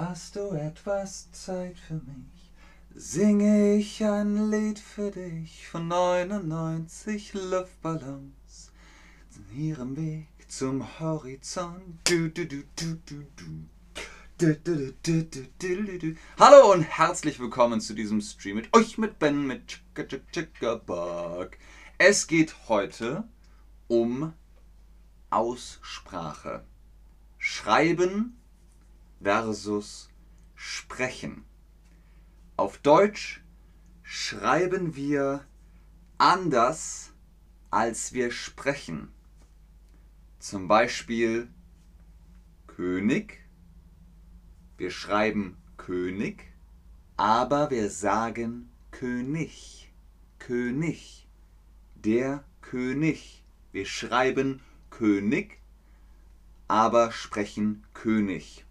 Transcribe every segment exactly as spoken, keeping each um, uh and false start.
Hast du etwas Zeit für mich? Singe ich ein Lied für dich von neunundneunzig Luftballons in ihrem Weg zum Horizont. Du, du, du, du, du, du. Du, du, du, du, du, du, du. Hallo und herzlich willkommen zu diesem Stream mit euch, mit Ben, mit Chicka Chicka Chicka Bug. Es geht heute um Aussprache. Schreiben versus Sprechen. Auf Deutsch schreiben wir anders, als wir sprechen. Zum Beispiel König. Wir schreiben König, aber wir sagen König. König. Der König. Wir schreiben König, aber sprechen König.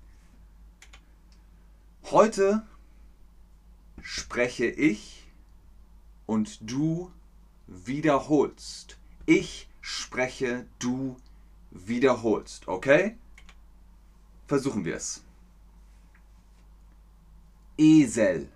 Heute spreche ich und du wiederholst. Ich spreche, du wiederholst. Okay? Versuchen wir es. Esel.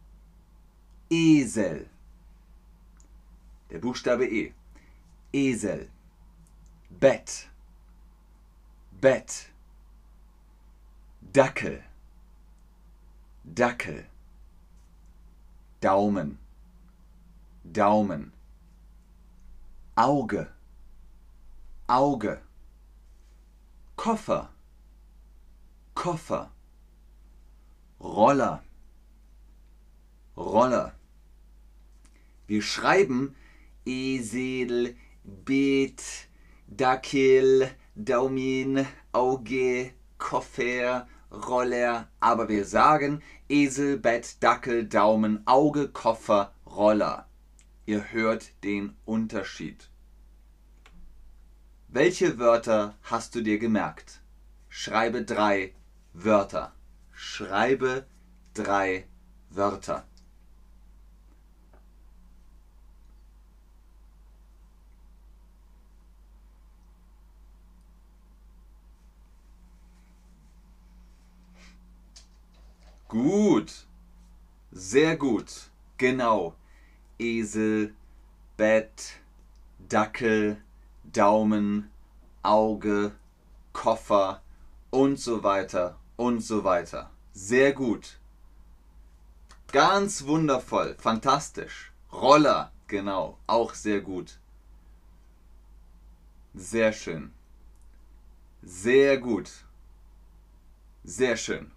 Esel. Der Buchstabe E. Esel. Bett. Bett. Dackel. Dackel. Daumen. Daumen. Auge. Auge. Koffer. Koffer. Roller. Roller. Wir schreiben Esel, Bet, Dackel, Daumen, Auge, Koffer, Roller, aber wir sagen Esel, Bett, Dackel, Daumen, Auge, Koffer, Roller. Ihr hört den Unterschied. Welche Wörter hast du dir gemerkt? Schreibe drei Wörter. Schreibe drei Wörter. Gut. Sehr gut. Genau. Esel, Bett, Dackel, Daumen, Auge, Koffer und so weiter und so weiter. Sehr gut. Ganz wundervoll. Fantastisch. Roller. Genau. Auch sehr gut. Sehr schön. Sehr gut. Sehr schön.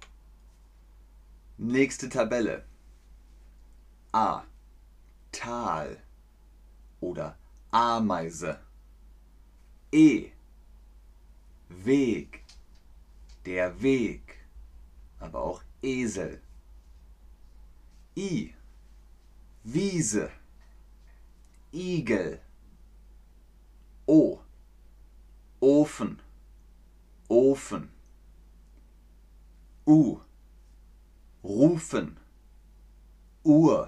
Nächste Tabelle. A. Tal oder Ameise. E. Weg. Der Weg. Aber auch Esel. I. Wiese. Igel. O. Ofen. Ofen. U. Rufen. Uhr.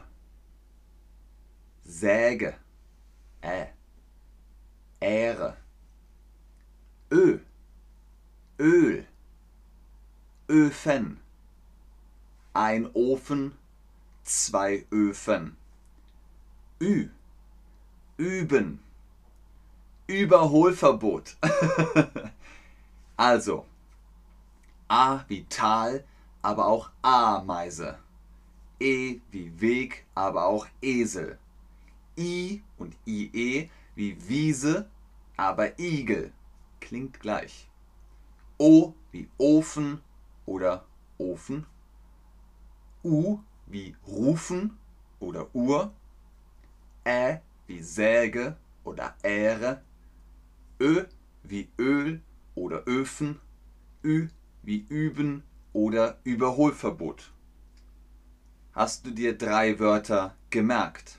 Säge. Ä. Ähre. Ö. Öl. Öfen. Ein Ofen, zwei Öfen. Ü. Üben. Überholverbot. Also, A wie Tal, aber auch Ameise. E wie Weg, aber auch Esel. I und I E wie Wiese, aber Igel. Klingt gleich. O wie Ofen oder Ofen. U wie Rufen oder Uhr. Ä wie Säge oder Ähre. Ö wie Öl oder Öfen. Ü wie Üben oder Überholverbot. Hast du dir drei Wörter gemerkt?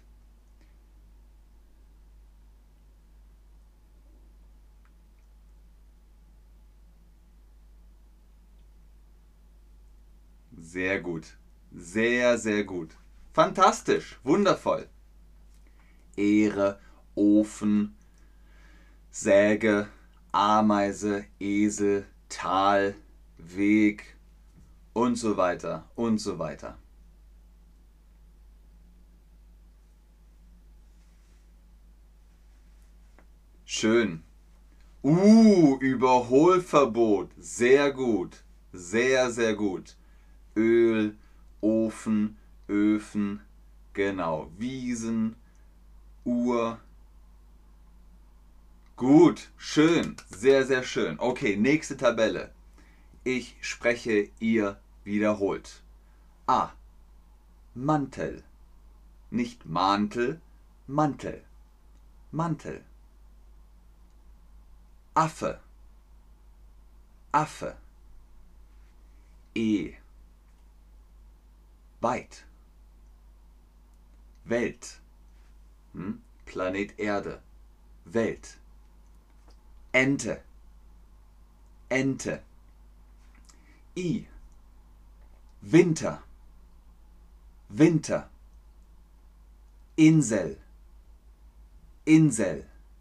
Sehr gut. Sehr, sehr gut. Fantastisch. Wundervoll. Ähre, Ofen, Säge, Ameise, Esel, Tal, Weg und so weiter und so weiter. Schön. Uh, Überholverbot. Sehr gut. Sehr, sehr gut. Öl, Ofen, Öfen, genau. Wiesen, Uhr. Gut, schön. Sehr, sehr schön. Okay, nächste Tabelle. Ich spreche, ihr wiederholt. A. Mantel. Nicht Mantel, Mantel. Mantel. Affe. Affe. E. Weit. Welt. Hm? Planet Erde. Welt. Ente. Ente. I. Winter. Winter. Insel. Insel.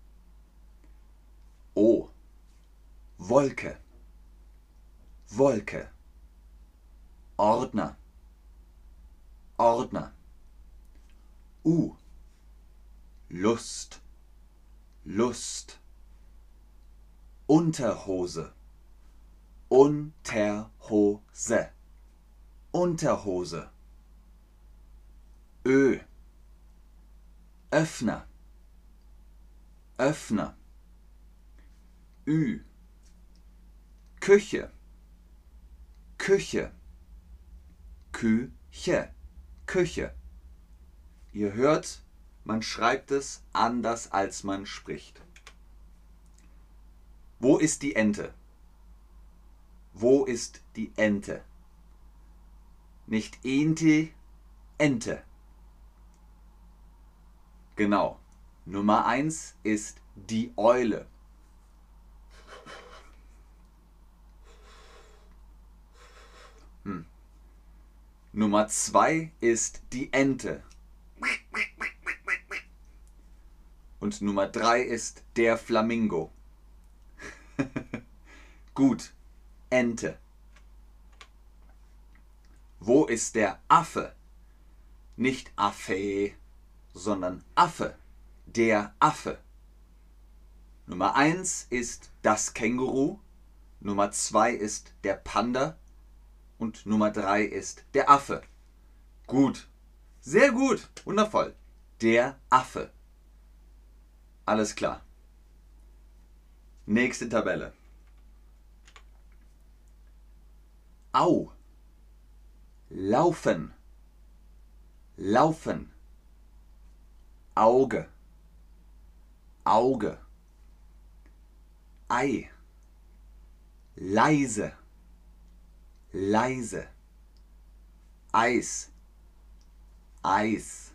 O. Wolke. Wolke. Ordner. Ordner. U. Lust. Lust. Unterhose. Unterhose. Unterhose. Ö. Öffner. Öffner. Ü. Küche. Küche. Küche. Küche. Ihr hört, man schreibt es anders, als man spricht. Wo ist die Ente? Wo ist die Ente? Nicht Ente, Ente. Genau. Nummer eins ist die Eule. Hm. Nummer zwei ist die Ente. Und Nummer drei ist der Flamingo. Gut, Ente. Wo ist der Affe? Nicht Affe, sondern Affe. Der Affe. Nummer eins ist das Känguru. Nummer zwei ist der Panda. Und Nummer drei ist der Affe. Gut. Sehr gut. Wundervoll. Der Affe. Alles klar. Nächste Tabelle. Au. Laufen. Laufen. Auge. Auge. Ei. Leise. Leise. Eis. Eis.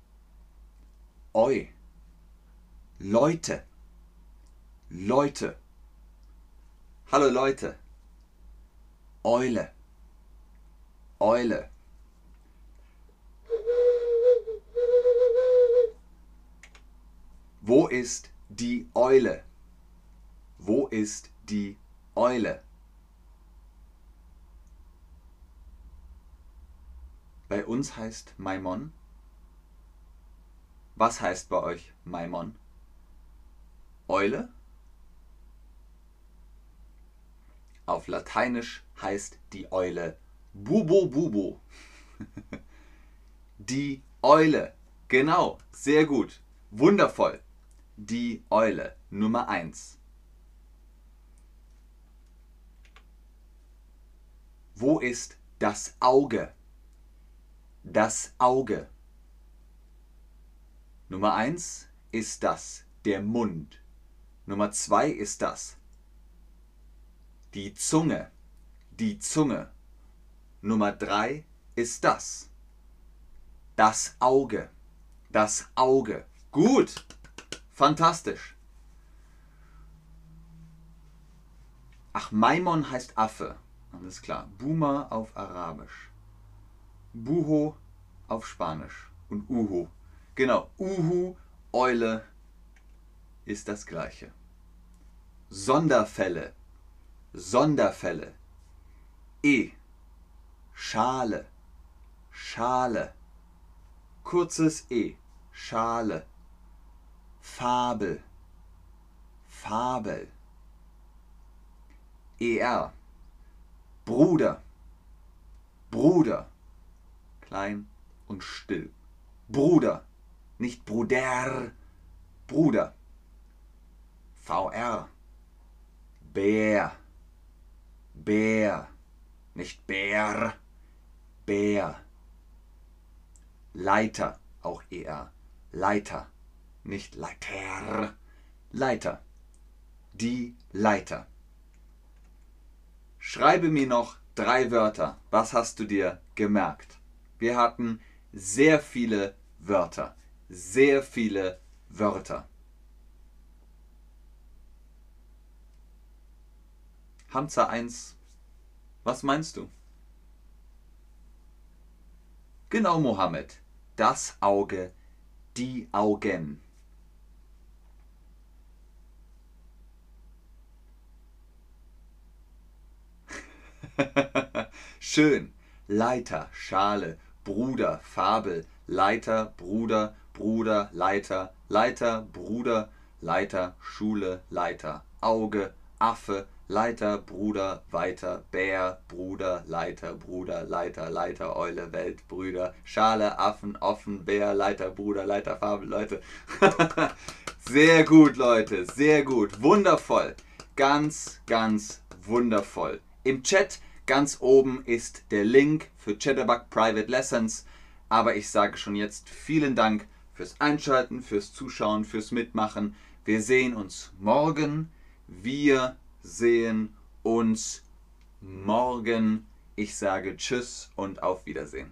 Oi. Leute. Leute. Hallo Leute. Eule. Eule. Wo ist die Eule? Wo ist die Eule? Bei uns heißt Maimon. Was heißt bei euch Maimon? Eule? Auf Lateinisch heißt die Eule Bubo Bubo. Die Eule. Genau, sehr gut. Wundervoll. Die Eule. Nummer eins. Wo ist das Auge? Das Auge. Nummer eins ist das der Mund. Nummer zwei ist das die Zunge. Die Zunge. Nummer drei ist das das Auge. Das Auge. Gut. Fantastisch. Ach, Maimon heißt Affe. Alles klar. Buma auf Arabisch. Buho auf Spanisch. Und Uhu. Genau. Uhu, Eule ist das gleiche. Sonderfälle. Sonderfälle. E. Schale, Schale. Kurzes E, Schale. Fabel, Fabel. Er, Bruder, Bruder. Klein und still. Bruder, nicht Bruder, Bruder. V R, Bär, Bär, nicht Bär, Bär. Leiter, auch E R, Leiter, nicht Leiter, Leiter. Die Leiter. Schreibe mir noch drei Wörter. Was hast du dir gemerkt? Wir hatten sehr viele Wörter. Sehr viele Wörter. Hamza eins, was meinst du? Genau, Mohammed. Das Auge, die Augen. Schön. Leiter, Schale, Bruder, Fabel, Leiter, Bruder, Bruder, Leiter, Leiter, Bruder, Leiter, Schule, Leiter, Auge, Affe, Leiter, Bruder, weiter, Bär, Bruder, Leiter, Bruder, Leiter, Leiter, Eule, Welt, Brüder, Schale, Affen, Offen, Bär, Leiter, Bruder, Leiter, Fabel, Leute. Sehr gut, Leute, sehr gut, wundervoll, ganz, ganz wundervoll. Im Chat ganz oben ist der Link für Chatterbug Private Lessons, aber ich sage schon jetzt vielen Dank fürs Einschalten, fürs Zuschauen, fürs Mitmachen. Wir sehen uns morgen. Wir sehen uns morgen. Ich sage Tschüss und auf Wiedersehen.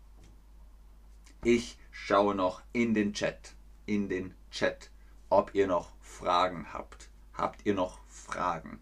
Ich schaue noch in den Chat, in den Chat, ob ihr noch Fragen habt. Habt ihr noch Fragen?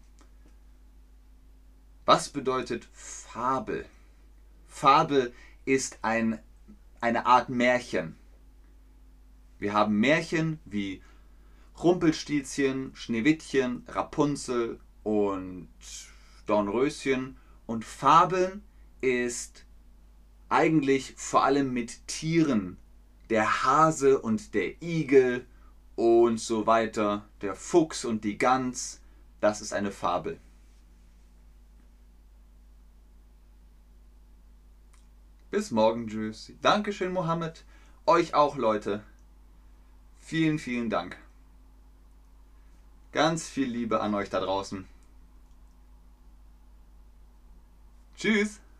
Was bedeutet Fabel? Fabel ist ein, eine Art Märchen. Wir haben Märchen wie Rumpelstilzchen, Schneewittchen, Rapunzel und Dornröschen. Und Fabeln ist eigentlich vor allem mit Tieren. Der Hase und der Igel und so weiter. Der Fuchs und die Gans. Das ist eine Fabel. Bis morgen, tschüss. Dankeschön, Mohammed. Euch auch, Leute. Vielen, vielen Dank. Ganz viel Liebe an euch da draußen. Tschüss.